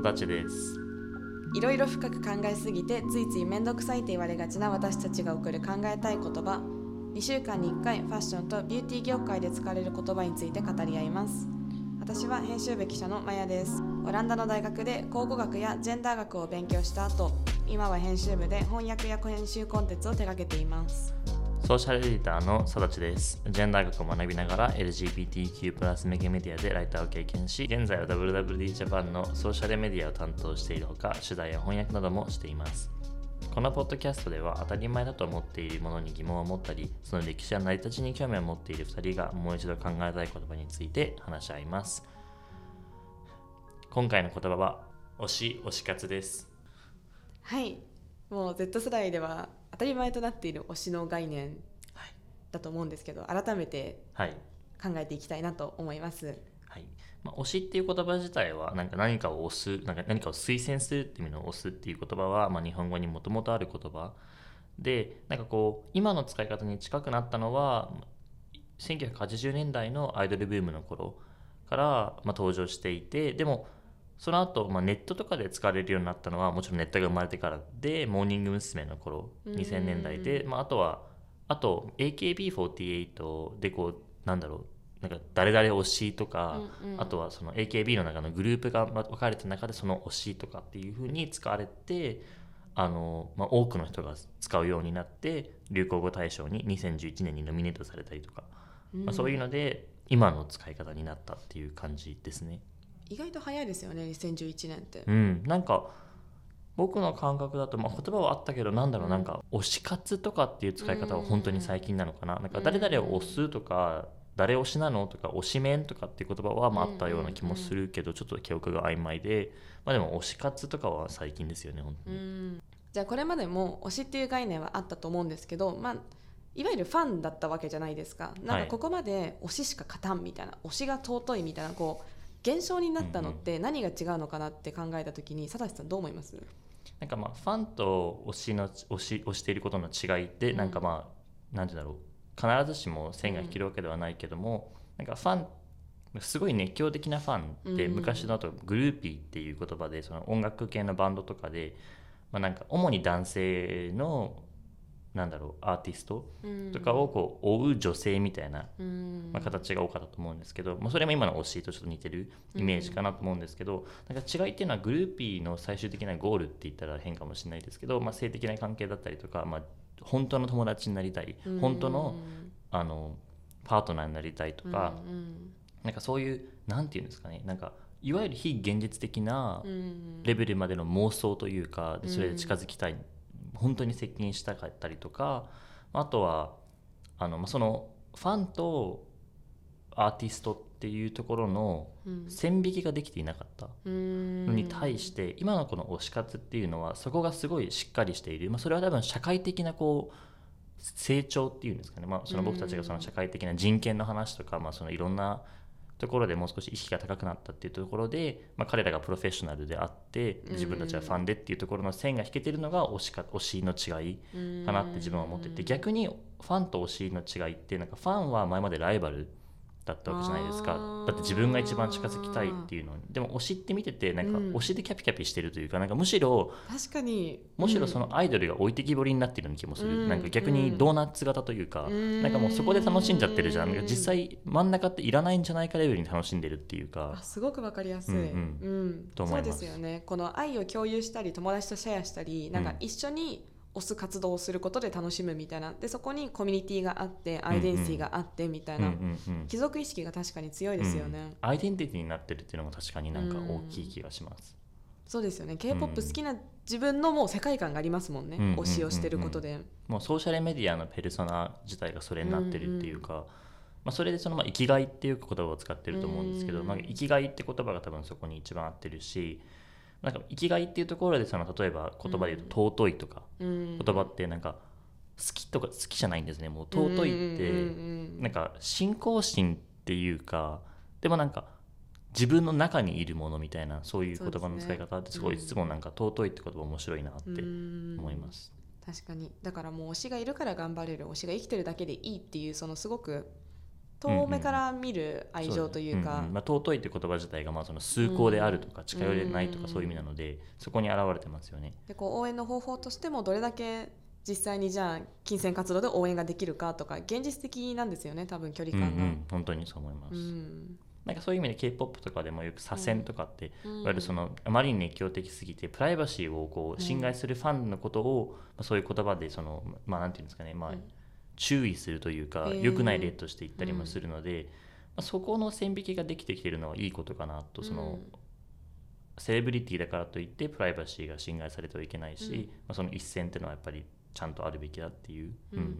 だちです。 いろいろ深く考えすぎてついついめんどくさいと言われがちな私たちが送る考えたい言葉。2週間に1回ファッションとビューティー業界で使われる言葉について語り合います。私は編集部記者のマヤです。オランダの大学で考古学やジェンダー学を勉強した後、今は編集部で翻訳や編集コンテンツを手掛けています。 ソーシャルエディターのさだちです。ジェンダー学を学びながら LGBTQ+ 向けメディアでライターを経験し、現在は WWD ジャパンのソーシャルメディアを担当しているほか、取材や翻訳などもしています。このポッドキャストでは当たり前だと思っているものに疑問を持ったり、その歴史や成り立ちに興味を持っている2人がもう一度考えたい言葉について話し合います。今回の言葉は推し活です。 はい、もう Z 世代では当たり前となっている推しの概念だと思うんですけど、改めて考えていきたいなと思います。 はい。推しっていう言葉自体は何かを推す、何かを推薦するっていう意味の推すっていう言葉は、日本語にもともとある言葉で、今の使い方に近くなったのは1980年代のアイドルブームの頃から、登場していて、でもその後、ネットとかで使われるようになったのはもちろんネットが生まれてからで、モーニング娘。の頃2000年代で、あと AKB48 で誰々推しとか、あとはその AKB の中のグループが分かれた中でその推しとかっていう風に使われて、多くの人が使うようになって流行語大賞に2011年にノミネートされたりとか、そういうので今の使い方になったっていう感じですね。 意外と早いですよね、2011年って。 僕の感覚だと、言葉はあったけど、推し活とかっていう使い方は本当に最近なのかな。誰々を推すとか、誰推しなのとか、推しメンとかっていう言葉はあったような気もするけど、ちょっと記憶が曖昧で、でも推し活とかは最近ですよね、本当に。 じゃあこれまでも推しっていう概念はあったと思うんですけど、いわゆるファンだったわけじゃないですか。ここまで推ししか勝たんみたいな、推しが尊いみたいな現象になったのって何が違うのかなって考えたときに、佐々木さんどう思います？ ファンと推していることの違いって、なんていうんだろう、必ずしも線が引けるわけではないけども、ファン、すごい熱狂的なファンって、昔のグルーピーっていう言葉で、その音楽系のバンドとかで、主に男性のアーティストとかを追う女性みたいな、形が多かったと思うんですけど、それも今の推しとちょっと似てるイメージかなと思うんですけど、違いっていうのはグルーピーの最終的なゴールって言ったら変かもしれないですけど、性的な関係だったりとか、本当の友達になりたい、本当のパートナーになりたいとか、そういうなんていうんですかね、いわゆる非現実的なレベルまでの妄想というか、それで近づきたい、本当に接近したかったりとか、あとはそのファンとアーティストっていうところの線引きができていなかったのに対して、今のこの推し活っていうのはそこがすごいしっかりしている。それは多分社会的な成長っていうんですかね、その僕たちがその社会的な人権の話とか、そのいろんなところでもう少し意識が高くなったっていうところで、彼らがプロフェッショナルであって自分たちはファンでっていうところの線が引けてるのが推しの違いかなって自分は思ってて、逆にファンと推しの違いって、ファンは前までライバルだったわけじゃないですか。だって自分が一番近づきたいっていうのに。でも推しって見てて推しでキャピキャピしてるというか、むしろそのアイドルが置いてきぼりになってるような気もする。逆にドーナツ型というか、もうそこで楽しんじゃってるじゃん。実際真ん中っていらないんじゃないかレベルに楽しんでるっていうか。 すごくわかりやすい。 と思います。 そうですよね。この愛を共有したり友達とシェアしたり、一緒に推す活動をすることで楽しむみたいな、でそこにコミュニティがあってアイデンティティがあってみたいな、貴族意識が確かに強いですよね。 アイデンティティになってるっていうのも確かに大きい気がします。 そうですよね。 K-POP 好きな自分のもう世界観がありますもんね、推しをしてることで。 もうソーシャルメディアのペルソナ自体がそれになってるっていうか、それでその生きがいっていう言葉を使ってると思うんですけど、生きがいって言葉が多分そこに一番合ってるし、生きがいっていうところで例えば言葉で言うと尊いとか、言葉って好きとか好きじゃないんですね。もう尊いって信仰心っていうか、でも自分の中にいるものみたいな、そういう言葉の使い方ってすごいいつも尊いって言葉面白いなって思います。 確かに。だからもう推しがいるから頑張れる、推しが生きてるだけでいいっていう、そのすごく遠目から見る愛情というか、 尊いって言葉自体がその崇高であるとか近寄れないとかそういう意味なので、そこに現れてますよね。 でこう応援の方法としてもどれだけ実際にじゃあ金銭活動で応援ができるかとか現実的なんですよね、多分距離感が。 本当にそう思います。なんかそういう意味で K-POP とかでもよく左遷とかって、いわゆるそのあまりに熱狂的すぎてプライバシーをこう侵害するファンのことを、そういう言葉でその、なんていうんですかね、注意するというか良くない例として言ったりもするので、そこの線引きができてきているのはいいことかなと。そのセレブリティだからといってプライバシーが侵害されてはいけないし、その一線っていうのはやっぱりちゃんとあるべきだっていう。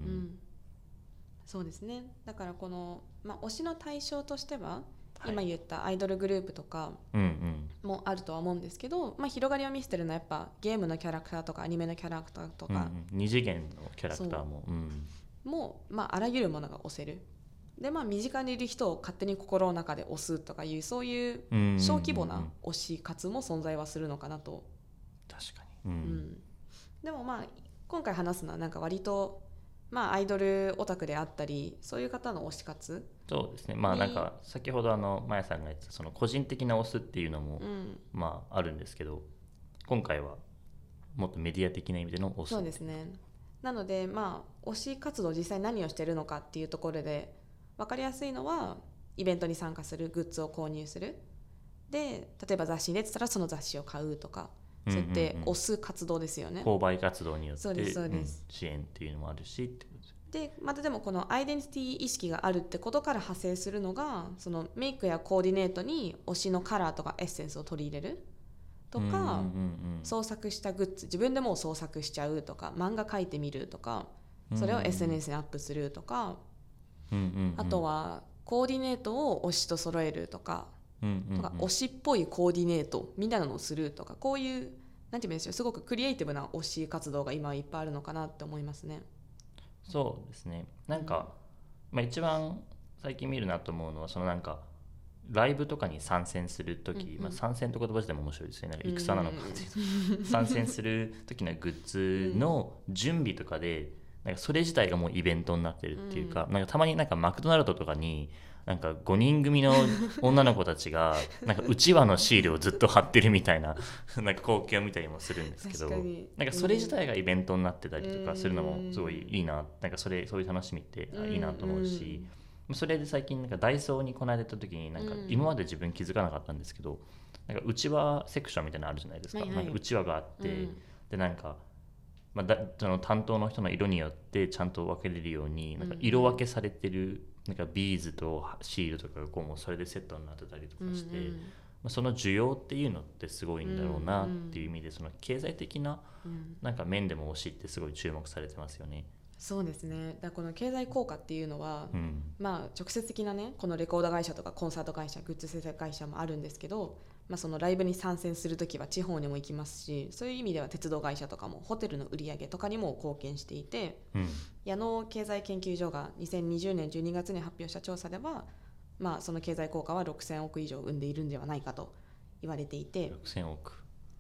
そうですね。だからこの、推しの対象としては、今言ったアイドルグループとかもあるとは思うんですけど、広がりを見せてるのはやっぱゲームのキャラクターとかアニメのキャラクターとか、 二次元のキャラクターももう、あらゆるものが推せる。で身近にいる人を勝手に心の中で推すとかいう、そういう小規模な推し活も存在はするのかなと。 確かに、 でも今回話すのはなんか割とアイドルオタクであったりそういう方の推し活。 そうですね。なんか先ほどまやさんが言ってたその個人的な推すっていうのも、あるんですけど、今回はもっとメディア的な意味での推す。 そうですね。なので推し活動実際何をしてるのかっていうところで分かりやすいのは、イベントに参加する、グッズを購入する、で例えば雑誌に出てたらその雑誌を買うとか、そうやって推す活動ですよね。 購買活動によってそうです支援っていうのもあるしってことで、またでもこのアイデンティティ意識があるってことから派生するのが、そのメイクやコーディネートに推しのカラーとかエッセンスを取り入れるとか、創作したグッズ自分でもう創作しちゃうとか、漫画描いてみるとか、それを SNS にアップするとか、あとはコーディネートを推しと揃えるとか、推しっぽいコーディネートみたいなのをするとか、こういうなんていうんでしょう、すごくクリエイティブな推し活動が今いっぱいあるのかなって思いますね。 そうですね。なんか、一番最近見るなと思うのは、そのなんかライブとかに参戦するとき、参戦って言葉自体も面白いですね。なんか戦なのかっていう参戦する時のグッズの準備とかで、なんかそれ自体がもうイベントになってるっていうか、なんかたまになんかマクドナルドとかになんか5人組の女の子たちがなんかうちわのシールをずっと貼ってるみたいななんか光景を見たりもするんですけど、なんかそれ自体がイベントになってたりとかするのもすごいいいな、なんかそういう楽しみっていいなと思うし、それで最近なんかダイソーにこの間行った時になんか今まで自分気づかなかったんですけど、なんかうちわセクションみたいなのあるじゃないですか。なんかうちわがあって、でなんかその担当の人の色によってちゃんと分けれるようになんか色分けされてるなんかビーズとシールとかがこうもうそれでセットになってたりとかして、その需要っていうのってすごいんだろうなっていう意味で、その経済的ななんか面でも推しってすごい注目されてますよね。 そうですね。だからこの経済効果っていうのは、直接的なね、このレコード会社とかコンサート会社、グッズ制作会社もあるんですけど、そのライブに参戦するときは地方にも行きますし、そういう意味では鉄道会社とかもホテルの売り上げとかにも貢献していて、矢野経済研究所が2020年12月に発表した調査では、その経済効果は6000億以上生んでいるんではないかと言われていて、 6000億、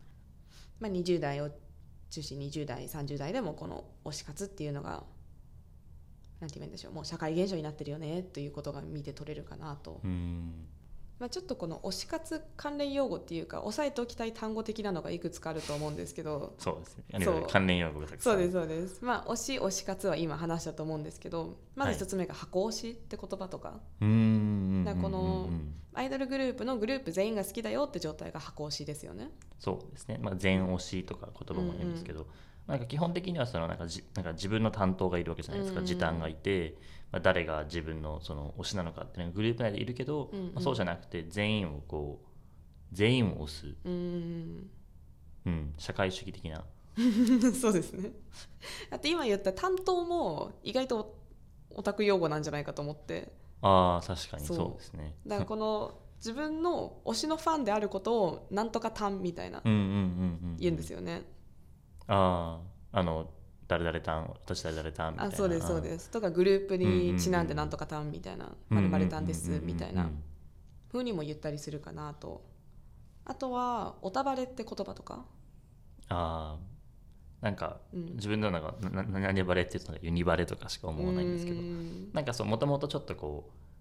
20代を中心に20代30代でもこの推し活っていうのがなんて言うんでしょう、もう社会現象になってるよねということが見て取れるかなと。ちょっとこの推し活関連用語っていうか押さえておきたい単語的なのがいくつかあると思うんですけど、 そうですね、関連用語がたくさん。 そうです推し活は今話したと思うんですけど、まず一つ目が箱推しって言葉とか、このアイドルグループのグループ全員が好きだよって状態が箱推しですよね。 そうですね、全推しとか言葉も言うんですけど、なんか基本的にはそのなんか自分の担当がいるわけじゃないですか。時短がいて、誰が自分のその推しなのかっていうのがグループ内でいるけど、そうじゃなくて全員を推す、社会主義的なそうですね。あと今言った担当も意外とオタク用語なんじゃないかと思って。 確かにそうですね。 だからこの自分の推しのファンであることをなんとか担みたいな言うんですよね。 誰々タン、私誰々タンみたいな。 そうですとか、グループにちなんでなんとかタンみたいな、〇〇タンですみたいな風にも言ったりするかなと。あとはオタバレって言葉とか、 なんか、自分のなんか何バレって言うとユニバレとかしか思わないんですけど、なんかそうもともとちょっとこ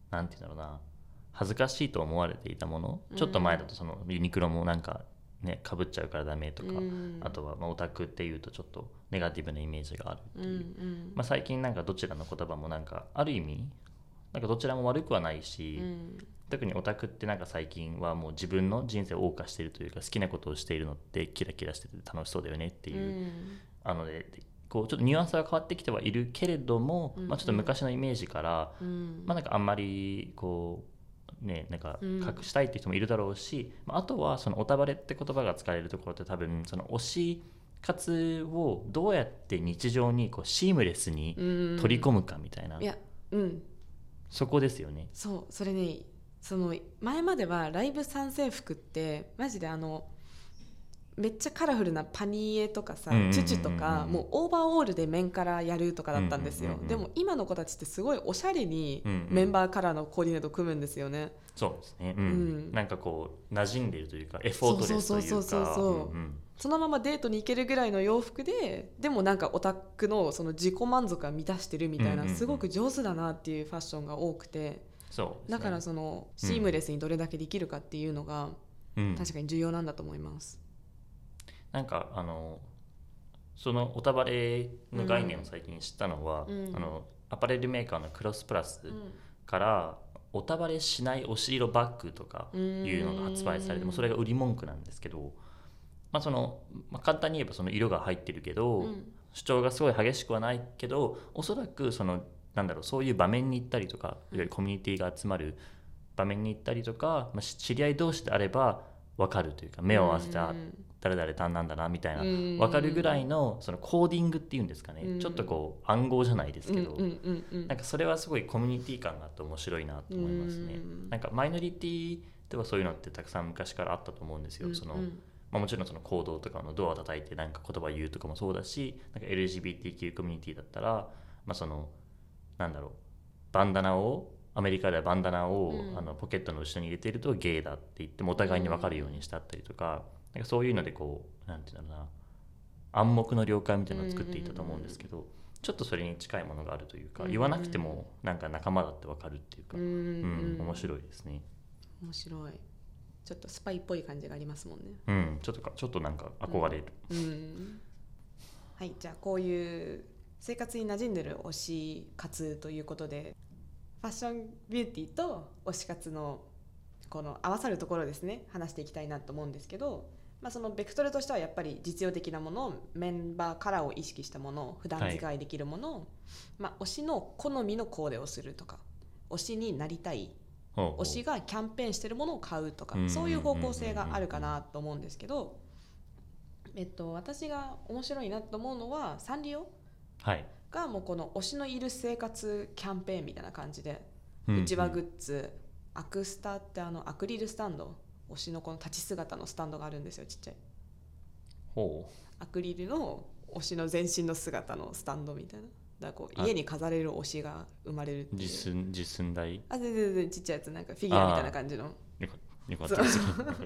なんていうんだろうな、恥ずかしいと思われていたもの、ちょっと前だとそのユニクロもなんかねかぶっちゃうからダメとか、あとはまあオタクっていうとちょっとネガティブなイメージがあるっていう、まあ、最近なんかどちらの言葉もなんかある意味なんかどちらも悪くはないし、特にオタクってなんか最近はもう自分の人生を謳歌しているというか好きなことをしているのってキラキラしてて楽しそうだよねっていう、でこうちょっとニュアンスが変わってきてはいるけれども、まあ、ちょっと昔のイメージから、まあ、なんかあんまりこうねなんか隠したいっていう人もいるだろうし、あとはそのオタバレって言葉が使われるところって多分その推し活をどうやって日常にこうシームレスに取り込むかみたいな、 いやそこですよね。 そうそれね、その前まではライブ参戦服ってマジでめっちゃカラフルなパニエとかさ、チュチュとかもうオーバーオールで面からやるとかだったんですよ、でも今の子たちってすごいおしゃれにメンバーカラーのコーディネートを組むんですよね、 そうですね、なんかこう馴染んでるというかエフォートレスというか、 そのままデートに行けるぐらいの洋服ででもなんかオタクのその自己満足が満たしてるみたいな、すごく上手だなっていうファッションが多くて、 そうですね、 だからそのシームレスにどれだけできるかっていうのが確かに重要なんだと思います、 なんかそのオタバレの概念を最近知ったのは、アパレルメーカーのクロスプラスから、オタバレしないおし色バッグとかいうのが発売されて、もそれが売り文句なんですけど、簡単に言えばその色が入ってるけど、主張がすごい激しくはないけど、おそらくそのそういう場面に行ったりとか、いわゆるコミュニティが集まる場面に行ったりとか、知り合い同士であれば分かるというか、目を合わせた誰々単なんだなみたいな分かるぐらいのそのコーディングっていうんですかね、ちょっとこう暗号じゃないですけど、なんかそれはすごいコミュニティ感があって面白いなと思いますね。なんかマイノリティではそういうのってたくさん昔からあったと思うんですよ。もちろんその行動とかのドアを叩いてなんか言葉言うとかもそうだし、なんか LGBTQ コミュニティだったら、そのバンダナをアメリカではバンダナを、ポケットの後ろに入れているとゲイだって言ってもお互いに分かるようにしたったりとか、なんかそういうのでこうなんていうんだろうな、暗黙の了解みたいなのを作っていたと思うんですけど、ちょっとそれに近いものがあるというか、言わなくてもなんか仲間だって分かるっていうか、面白いですね。 面白い。ちょっとスパイっぽい感じがありますもんね。 ちょっとなんか憧れる。 はい、じゃあこういう生活に馴染んでる推し活ということで、ファッションビューティーと推し活のこの合わさるところですね、話していきたいなと思うんですけど、そのベクトルとしてはやっぱり実用的なもの、メンバーカラーを意識したもの、普段使いできるもの、推しの好みのコーデをするとか、推しになりたい、推しがキャンペーンしてるものを買うとか、そういう方向性があるかなと思うんですけど、私が面白いなと思うのはサンリオがもうこの推しのいる生活キャンペーンみたいな感じで、うちわグッズ、アクスタってアクリルスタンド、推しのこの立ち姿のスタンドがあるんですよ、ちっちゃいアクリルの推しの全身の姿のスタンドみたいな、だからこう家に飾れる推しが生まれるっていう、 実寸大、 全然ちっちゃいやつ、なんかフィギュアみたいな感じの、 よかったです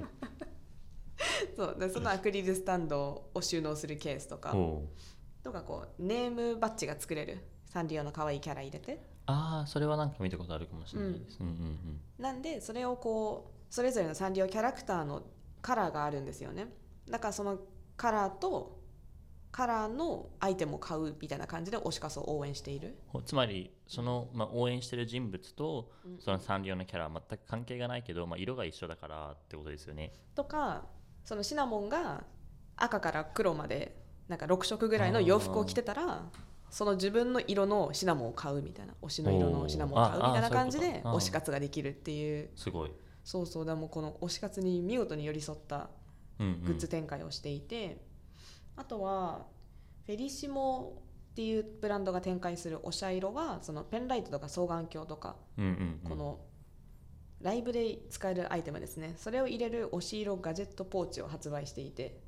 そうで、そのアクリルスタンドを収納するケースとかこうネームバッジが作れる、サンリオの可愛いキャラ入れて、 それはなんか見たことあるかもしれないです、 なんでそれをこうそれぞれのサンリオキャラクターのカラーがあるんですよね。だからそのカラーのアイテムを買うみたいな感じで推し活を応援している。 つまりその、応援してる人物とそのサンリオのキャラは全く関係がないけど、色が一緒だからってことですよね。 とか、そのシナモンが赤から黒までなんか6色ぐらいの洋服を着てたら、その自分の色のシナモンを買うみたいな、推しの色のシナモンを買うみたいな感じで推し活ができるっていう。 すごい。 そうだ、もうこの推し活に見事に寄り添ったグッズ展開をしていて、あとはフェリシモっていうブランドが展開するおしゃ色は、そのペンライトとか双眼鏡とか、このライブで使えるアイテムですね、それを入れる推し色ガジェットポーチを発売していて、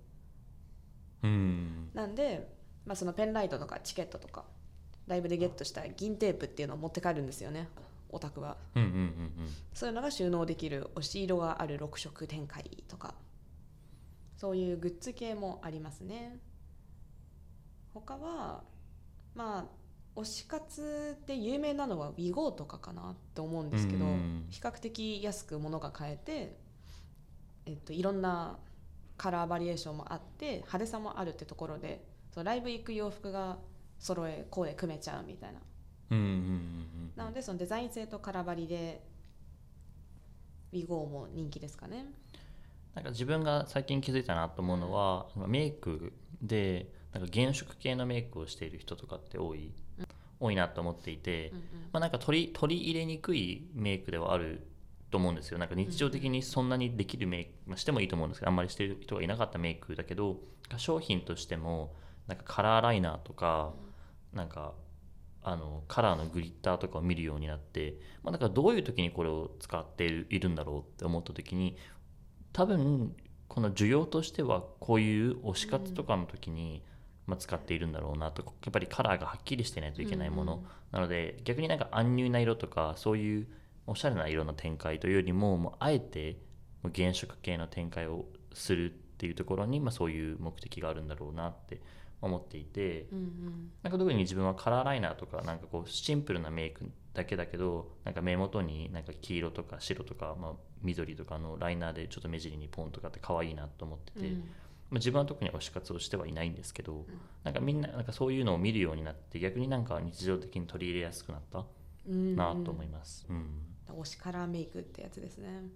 なんで、そのペンライトとかチケットとかライブでゲットした銀テープっていうのを持って帰るんですよね、オタクは。そういうのが収納できる推し色がある6色展開とか、そういうグッズ系もありますね。他は推し活で有名なのは WeGo とかかなって思うんですけど、比較的安く物が買えて、いろんなカラーバリエーションもあって派手さもあるってところで、そのライブ行く洋服が揃えコーデ組めちゃうみたいな、なのでそのデザイン性とカラバリで WeGo も人気ですかね。 なんか自分が最近気づいたなと思うのは、メイクでなんか原色系のメイクをしている人とかって多いなと思っていて、なんか取り入れにくいメイクではあると思うんですよ。なんか日常的にそんなにできるメイク、してもいいと思うんですけど、あんまりしてる人がいなかったメイクだけど、商品としてもなんかカラーライナーとか、なんかカラーのグリッターとかを見るようになって、なんかどういう時にこれを使っているんだろうって思った時に、多分この需要としてはこういう推し活とかの時に、使っているんだろうなと。やっぱりカラーがはっきりしてないといけないもの、なので逆になんか安入な色とかそういうおしゃれな色の展開というよりも、あえて原色系の展開をするっていうところに、そういう目的があるんだろうなって思っていて、なんか特に自分はカラーライナーとかなんかこうシンプルなメイクだけだけど、なんか目元になんか黄色とか白とか、緑とかのライナーでちょっと目尻にポンとかって可愛いなと思ってて、自分は特に推し活をしてはいないんですけど、なんかみんななんかそういうのを見るようになって、逆になんか日常的に取り入れやすくなったなと思います。 推しカラーメイクってやつですね。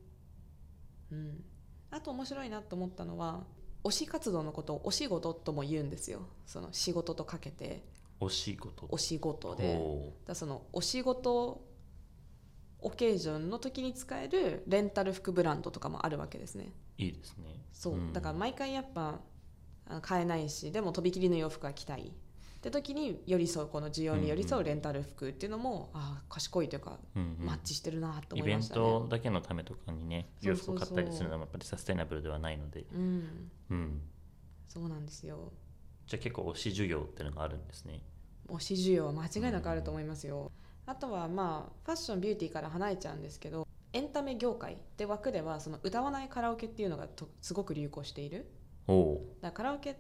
あと面白いなと思ったのは、推し活動のことをお仕事とも言うんですよ。その仕事とかけてお仕事で、そのお仕事オケージョンの時に使えるレンタル服ブランドとかもあるわけですね。 いいですね。 そう、だから毎回やっぱ買えないし、でもとびきりの洋服が着たいって時に寄り添う、この需要に寄り添うレンタル服っていうのも、賢いというか、マッチしてるなと思いましたね。 イベントだけのためとかにね、洋服を買ったりするのはやっぱりサステナブルではないので、 そうなんですよ。 じゃあ結構推し需要っていうのがあるんですね。 推し需要は間違いなくあると思いますよ。あとはファッションビューティーから離れちゃうんですけど、エンタメ業界って枠ではその歌わないカラオケっていうのがすごく流行している。だからカラオケって、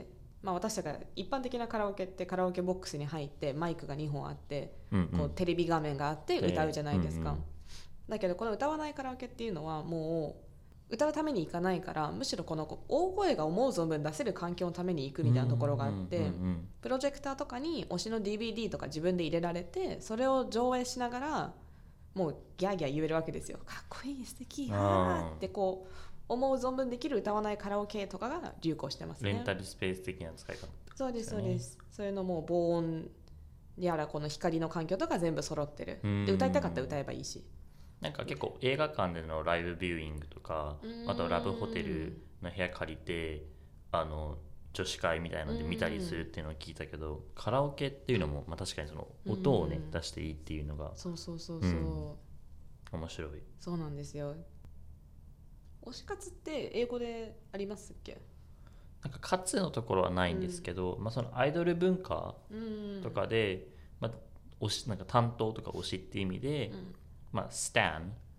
私たちが一般的なカラオケってカラオケボックスに入ってマイクが2本あって、こうテレビ画面があって歌うじゃないですか。だけどこの歌わないカラオケっていうのはもう歌うために行かないから、むしろこの大声が思う存分出せる環境のために行くみたいなところがあって、プロジェクターとかに推しの DVD とか自分で入れられて、それを上映しながらもうギャーギャー言えるわけですよ。かっこいい、素敵、ってこう思う存分できる歌わないカラオケとかが流行してますね。 レンタルスペース的な使い方、 そうですそうです。そういうのも防音やらこの光の環境とか全部揃ってる。で歌いたかったら歌えばいいし、 なんか結構映画館でのライブビューイングとか、あとラブホテルの部屋借りて女子会みたいなので見たりするっていうのを聞いたけど、カラオケっていうのも、確かにその音をね、出していいっていうのがそう、 面白い。 そうなんですよ。推し活って英語でありますっけ？ なんか活のところはないんですけど、そのアイドル文化とかで、推しなんか担当とか推しっていう意味で、STAN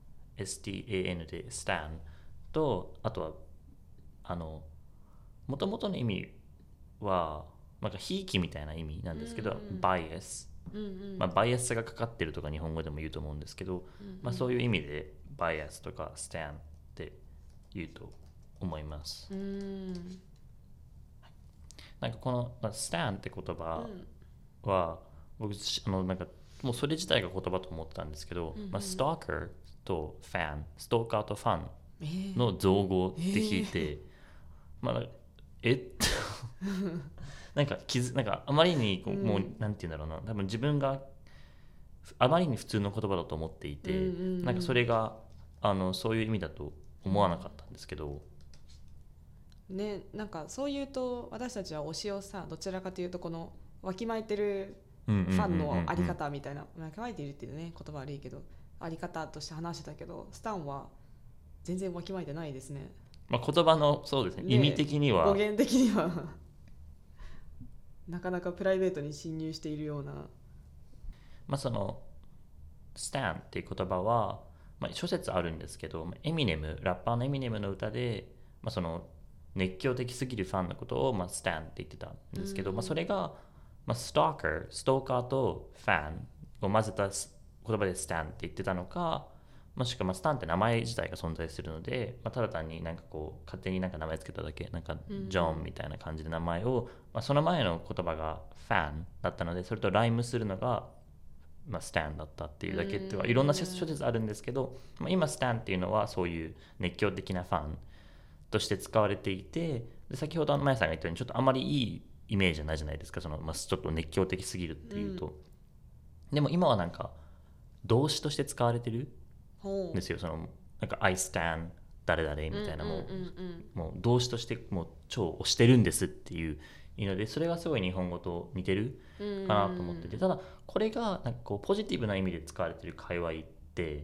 STAN で STAN と、あとはもともとの意味はなんかひいきみたいな意味なんですけど、バイアス、バイアスがかかってるとか日本語でも言うと思うんですけど、そういう意味でバイアスとか STAN って言うと思います。なんかこの STAN って言葉は、僕なんかもうそれ自体が言葉と思ったんですけど、ストーカーとファン、ストーカーとファンの造語って聞いて、なんかあまりにもうなんていうんだろうな、多分自分があまりに普通の言葉だと思っていて、なんかそれがそういう意味だと思わなかったんですけど、 なんかそう言うと私たちは推しをさ、どちらかというとこのわきまえてるファンのあり方みたいな、わきまえているっていうね、言葉悪いけどあり方として話してたけど、スタンは全然わきまえてないですね。 言葉のそうですね、意味的には語源的にはなかなかプライベートに侵入しているような。 そのスタンっていう言葉は、諸説あるんですけど、ラッパーのエミネムの歌で、その熱狂的すぎるファンのことを、スタンって言ってたんですけど、それがストーカーとファンを混ぜた言葉でスタンって言ってたのか、もしくはスタンって名前自体が存在するので、ただ単になんかこう勝手になんか名前つけただけ、なんかジョンみたいな感じで名前を、その前の言葉がファンだったので、それとライムするのがスタンだったっていうだけってはいろんな諸説あるんですけど、今スタンっていうのはそういう熱狂的なファンとして使われていて、で先ほどマヤさんが言ったようにちょっとあまりいいイメージじゃないじゃないですか、ちょっと熱狂的すぎるっていうと、でも今はなんか動詞として使われてるんですよ。なんか I stand 誰々みたいな、もう動詞としてもう超推してるんですっていうので、それがすごい日本語と似てるかなと思ってて、ただこれがなんかこうポジティブな意味で使われてる界隈って、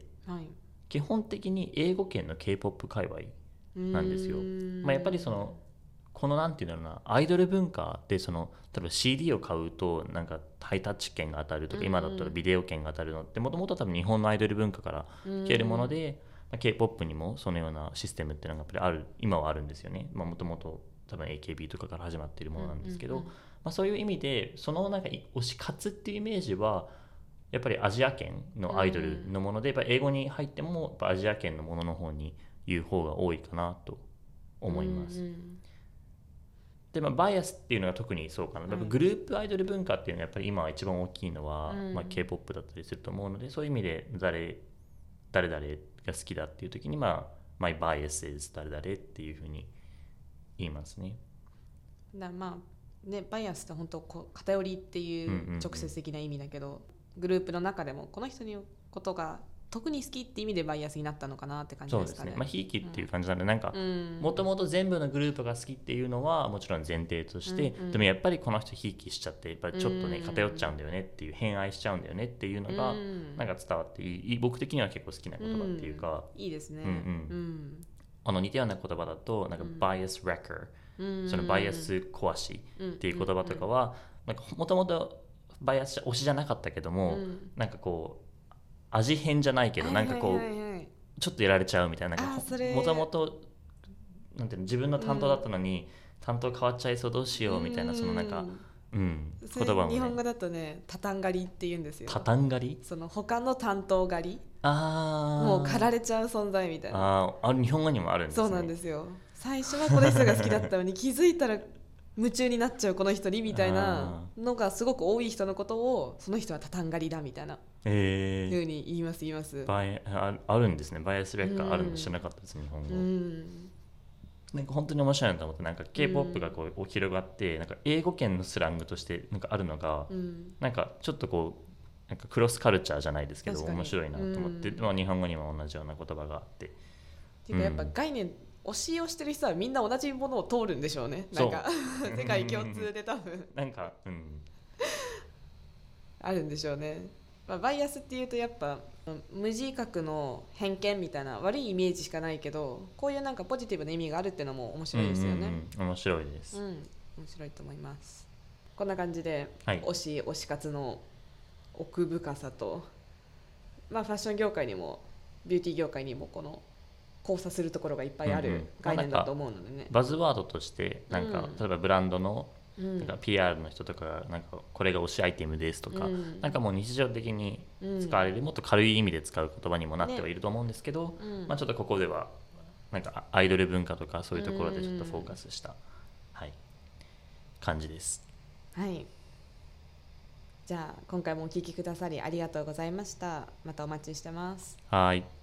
基本的に英語圏の K-POP 界隈なんですよ。やっぱりこのなんていうんだろうな、アイドル文化で例えば CD を買うとなんかハイタッチ券が当たるとか、今だったらビデオ券が当たるのってもともと多分日本のアイドル文化から来てるもので、K-POP にもそのようなシステムっていうのがやっぱり今はあるんですよね。もともと多分 AKB とかから始まっているものなんですけど、そういう意味でなんか推し活っていうイメージはやっぱりアジア圏のアイドルのもので、やっぱ英語に入ってもやっぱアジア圏のものの方に言う方が多いかなと思います。でバイアスっていうのが特にそうかな、グループアイドル文化っていうのはやっぱり今は一番大きいのは、K-POP だったりすると思うので、そういう意味で誰々が好きだっていう時にMy bias is 誰々っていうふうに言いますね。 バイアスって本当偏りっていう直接的な意味だけど、グループの中でもこの人のことが特に好きって意味でバイアスになったのかなって感じですかね。 そうですね。ひいきっていう感じなんで、なんかもともと全部のグループが好きっていうのはもちろん前提として、でもやっぱりこの人ひいきしちゃってやっぱりちょっとね偏っちゃうんだよねっていう、変愛しちゃうんだよねっていうのがなんか伝わって僕的には結構好きな言葉っていうか、 いいですね。 似たような言葉だとなんかバイアスレッカー、そのバイアス壊しっていう言葉とかはもともとバイアス推しじゃなかったけども、なんかこう味変じゃないけど、なんかこうちょっとやられちゃうみたいな、もともと自分の担当だったのに担当変わっちゃいそう、どうしようみたいな、なんか言葉もね、 日本語だとね、タタン狩りって言うんですよ。 タタン狩り、 他の担当狩り、もう狩られちゃう存在みたいな。 日本語にもあるんですね。 そうなんですよ。最初はこの人が好きだったのに気づいたら夢中になっちゃうこの人にみたいなのがすごく多い人のことを、その人はタタン狩りだみたいなふうに言います。 あるんですね。バイアスレッカーあるんで知らなかったです、日本語。なんか本当に面白いなと思って、なんか K-POP がこう広がって、なんか英語圏のスラングとしてなんかあるのが、なんかちょっとこうなんかクロスカルチャーじゃないですけど面白いなと思って、日本語にも同じような言葉があって、 っていうかやっぱ概念、推しをしてる人はみんな同じものを通るんでしょうね。なんか世界共通で多分なんかあるんでしょうね。バイアスっていうとやっぱ無自覚の偏見みたいな悪いイメージしかないけど、こういうなんかポジティブな意味があるっていうのも面白いですよね。 面白いです。 面白いと思います。こんな感じで、推し活の奥深さと、ファッション業界にもビューティー業界にもこの交差するところがいっぱいある概念だと思うのでね。 バズワードとしてなんか、例えばブランドのなんか PR の人とかがなんかこれが推しアイテムですとか、なんかもう日常的に使われる、もっと軽い意味で使う言葉にもなってはいると思うんですけど、ちょっとここではなんかアイドル文化とかそういうところでちょっとフォーカスした、感じです。 じゃあ今回もお聞きくださりありがとうございました。またお待ちしてます。 はい。